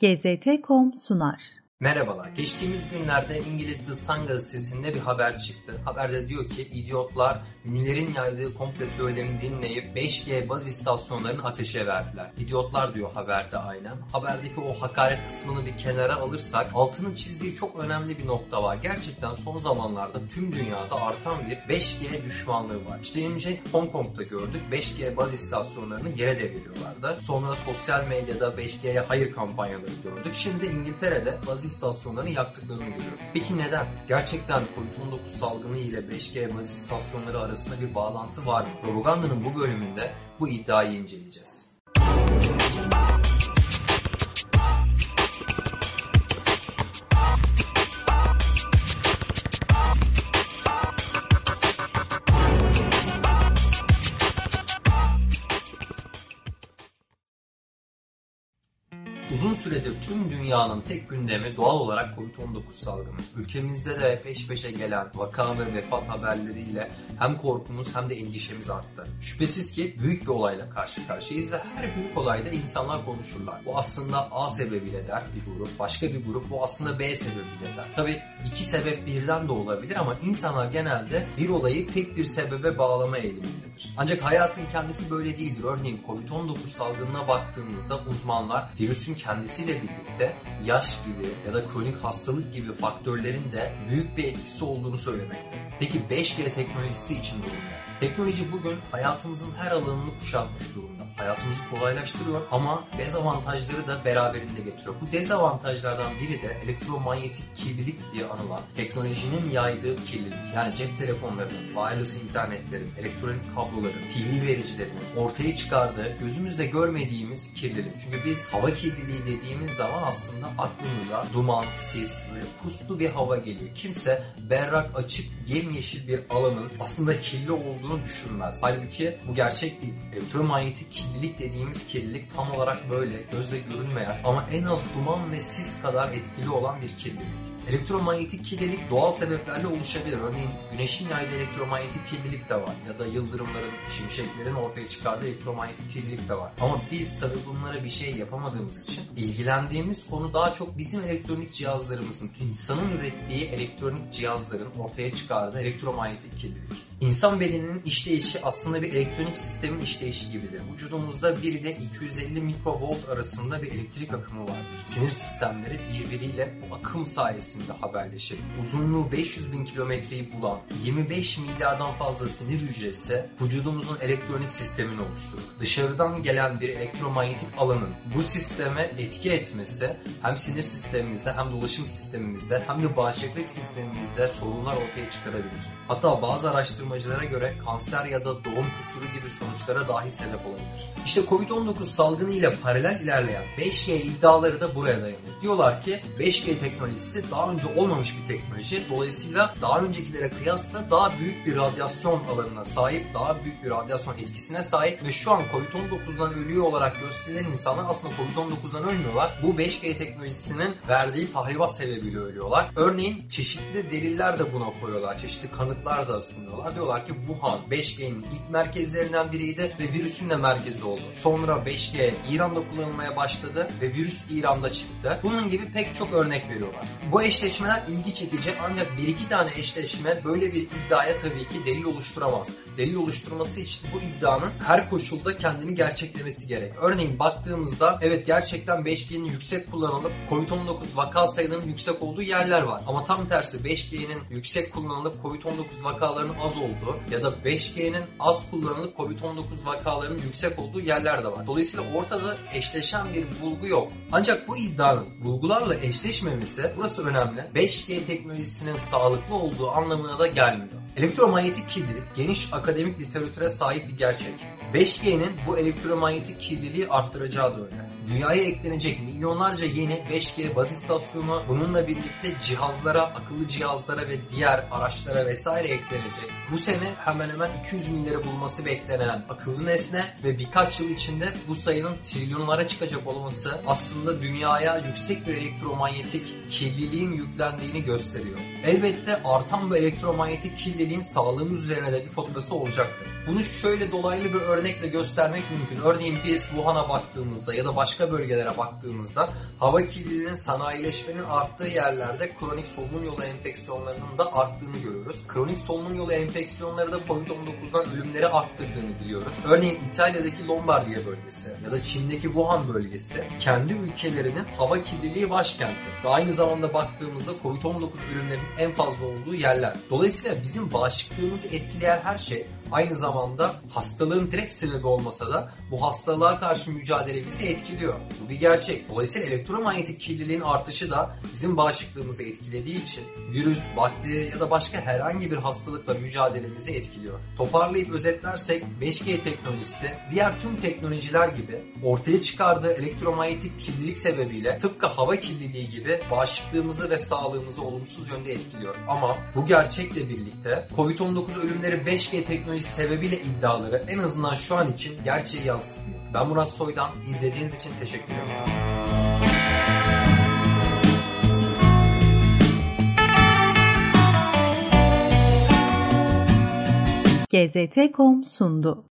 GZT.com sunar. Merhabalar. Geçtiğimiz günlerde İngiliz The Sun gazetesinde bir haber çıktı. Haberde diyor ki idiotlar ünlülerin yaydığı komplo teorilerini dinleyip 5G baz istasyonlarını ateşe verdiler. İdiotlar diyor haberde aynen. Haberdeki o hakaret kısmını bir kenara alırsak altının çizdiği çok önemli bir nokta var. Gerçekten son zamanlarda tüm dünyada artan bir 5G düşmanlığı var. İşte önce Hong Kong'da gördük 5G baz istasyonlarını yere deviriyorlardı. Sonra sosyal medyada 5G'ye hayır kampanyaları gördük. Şimdi İngiltere'de baz istasyonlarını yaktıklarını görüyoruz. Peki neden? Gerçekten COVID-19 salgını ile 5G baz istasyonları arasında bir bağlantı var mı? Propaganda'nın bu bölümünde bu iddiayı inceleyeceğiz. Uzun süredir tüm dünyanın tek gündemi doğal olarak COVID-19 salgını. Ülkemizde de peş peşe gelen vaka ve vefat haberleriyle hem korkumuz hem de endişemiz arttı. Şüphesiz ki büyük bir olayla karşı karşıyayız ve her büyük olayda insanlar konuşurlar. Bu aslında A sebebiyle der bir grup, başka bir grup bu aslında B sebebiyle der. Tabii iki sebep birden de olabilir ama insanlar genelde bir olayı tek bir sebebe bağlama eğilimindedir. Ancak hayatın kendisi böyle değildir. Örneğin COVID-19 salgınına baktığımızda uzmanlar virüsün kendisiyle birlikte yaş gibi ya da kronik hastalık gibi faktörlerin de büyük bir etkisi olduğunu söylemekte. Peki 5G teknolojisi için durum ne? Teknoloji bugün hayatımızın her alanını kuşatmış durumda. Hayatımızı kolaylaştırıyor ama dezavantajları da beraberinde getiriyor. Bu dezavantajlardan biri de elektromanyetik kirlilik diye anılan teknolojinin yaydığı kirlilik. Yani cep telefonlarının, wireless internetlerin, elektronik kabloların, TV vericilerinin ortaya çıkardığı gözümüzle görmediğimiz kirlilik. Çünkü biz hava kirliliği dediğimiz zaman aslında aklımıza duman, sis, böyle puslu bir hava geliyor. Kimse berrak, açık, yemyeşil bir alanın aslında kirli olduğunu düşünmez. Halbuki bu gerçek değil. Elektromanyetik kirlilik dediğimiz kirlilik tam olarak böyle gözle görünmeyen ama en az duman ve sis kadar etkili olan bir kirlilik. Elektromanyetik kirlilik doğal sebeplerle oluşabilir. Örneğin güneşin yaydığı elektromanyetik kirlilik de var. Ya da yıldırımların, şimşeklerin ortaya çıkardığı elektromanyetik kirlilik de var. Ama biz tabii bunlara bir şey yapamadığımız için ilgilendiğimiz konu daha çok bizim elektronik cihazlarımızın, insanın ürettiği elektronik cihazların ortaya çıkardığı elektromanyetik kirlilik. İnsan bedeninin işleyişi aslında bir elektronik sistemin işleyişi gibidir. Vücudumuzda 1 ile 250 mikrovolt arasında bir elektrik akımı vardır. Sinir sistemleri birbiriyle bu akım sayesinde haberleşir. Uzunluğu 500 bin kilometreyi bulan 25 milyardan fazla sinir hücresi vücudumuzun elektronik sistemini oluşturur. Dışarıdan gelen bir elektromanyetik alanın bu sisteme etki etmesi hem sinir sistemimizde hem dolaşım sistemimizde hem de bağışıklık sistemimizde sorunlar ortaya çıkarabilir. Hatta bazı araştırmacılara göre kanser ya da doğum kusuru gibi sonuçlara dahi sebep olabilir. İşte COVID-19 salgını ile paralel ilerleyen 5G iddiaları da buraya dayanıyor. Diyorlar ki 5G teknolojisi daha önce olmamış bir teknoloji. Dolayısıyla daha öncekilere kıyasla daha büyük bir radyasyon alanına sahip, daha büyük bir radyasyon etkisine sahip ve şu an COVID-19'dan ölüyor olarak gösterilen insanlar aslında COVID-19'dan ölmüyorlar. Bu 5G teknolojisinin verdiği tahribat sebebiyle ölüyorlar. Örneğin çeşitli deliller de buna koyuyorlar. Çeşitli kanıtlar da sunuyorlar. Diyorlar ki Wuhan 5G'nin ilk merkezlerinden biriydi ve virüsün de merkezi oldu. Sonra 5G İran'da kullanılmaya başladı ve virüs İran'da çıktı. Bunun gibi pek çok örnek veriyorlar. Bu eşleşmeler ilgi çekici ancak bir iki tane eşleşme böyle bir iddiaya tabii ki delil oluşturamaz. Delil oluşturması için bu iddianın her koşulda kendini gerçeklemesi gerek. Örneğin baktığımızda evet gerçekten 5G'nin yüksek kullanılıp COVID-19 vaka sayılarının yüksek olduğu yerler var. Ama tam tersi 5G'nin yüksek kullanılıp COVID-19 vakalarının az olduğu ya da 5G'nin az kullanılıp COVID-19 vakalarının yüksek olduğu yerler de var. Dolayısıyla ortada eşleşen bir bulgu yok. Ancak bu iddianın bulgularla eşleşmemesi burası önemli. 5G teknolojisinin sağlıklı olduğu anlamına da gelmiyor. Elektromanyetik kirlilik geniş akademik literatüre sahip bir gerçek. 5G'nin bu elektromanyetik kirliliği arttıracağı da öyle. Dünyaya eklenecek milyonlarca yeni 5G baz istasyonu bununla birlikte cihazlara, akıllı cihazlara ve diğer araçlara vesaire eklenecek. Bu sene hemen hemen 200 milyarı bulması beklenen akıllı nesne ve birkaç yıl içinde bu sayının trilyonlara çıkacak olması aslında dünyaya yüksek bir elektromanyetik kirliliğin yüklendiğini gösteriyor. Elbette artan bu elektromanyetik kirlilik kirliliğin sağlığımız üzerine de bir faturası olacaktır. Bunu şöyle dolaylı bir örnekle göstermek mümkün. Örneğin biz Wuhan'a baktığımızda ya da başka bölgelere baktığımızda hava kirliliğinin sanayileşmenin arttığı yerlerde kronik solunum yolu enfeksiyonlarının da arttığını görüyoruz. Kronik solunum yolu enfeksiyonları da COVID-19'dan ölümleri arttırdığını biliyoruz. Örneğin İtalya'daki Lombardiya bölgesi ya da Çin'deki Wuhan bölgesi kendi ülkelerinin hava kirliliği başkenti ve aynı zamanda baktığımızda COVID-19 ölümlerinin en fazla olduğu yerler. Dolayısıyla bizim bağışıklığımızı etkileyen her şey aynı zamanda hastalığın direkt sebebi olmasa da bu hastalığa karşı mücadelemizi etkiliyor. Bu bir gerçek. Dolayısıyla elektromanyetik kirliliğin artışı da bizim bağışıklığımızı etkilediği için virüs, bakteri ya da başka herhangi bir hastalıkla mücadelemizi etkiliyor. Toparlayıp özetlersek 5G teknolojisi diğer tüm teknolojiler gibi ortaya çıkardığı elektromanyetik kirlilik sebebiyle tıpkı hava kirliliği gibi bağışıklığımızı ve sağlığımızı olumsuz yönde etkiliyor. Ama bu gerçekle birlikte COVID-19 ölümleri 5G teknolojisi sebebiyle iddiaları en azından şu an için gerçeği yansıtmıyor. Ben Murat Soydan, izlediğiniz için teşekkür ederim. GZT.com sundu.